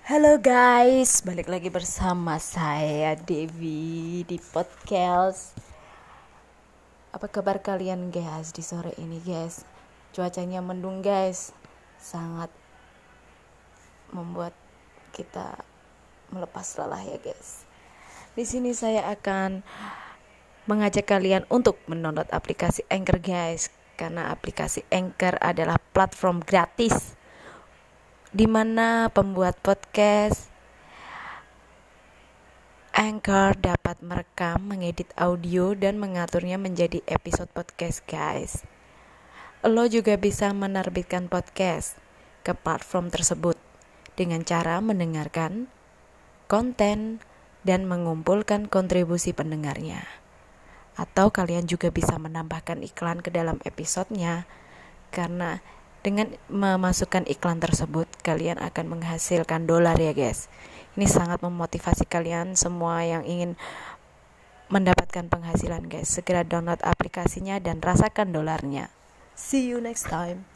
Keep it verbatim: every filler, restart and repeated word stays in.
Halo guys, balik lagi bersama saya Devi di podcast. Apa kabar kalian guys di sore ini guys? Cuacanya mendung guys, sangat membuat kita melepas lelah ya guys. Di sini saya akan mengajak kalian untuk mendownload aplikasi Anchor guys, karena aplikasi Anchor adalah platform gratis di mana pembuat podcast Anchor dapat merekam, mengedit audio, dan mengaturnya menjadi episode podcast guys. Lo juga bisa menerbitkan podcast ke platform tersebut dengan cara mendengarkan konten dan mengumpulkan kontribusi pendengarnya. Atau kalian juga bisa menambahkan iklan ke dalam episodenya, karena dengan memasukkan iklan tersebut, kalian akan menghasilkan dolar ya guys. Ini sangat memotivasi kalian semua yang ingin mendapatkan penghasilan guys. Segera download aplikasinya dan rasakan dolarnya. See you next time.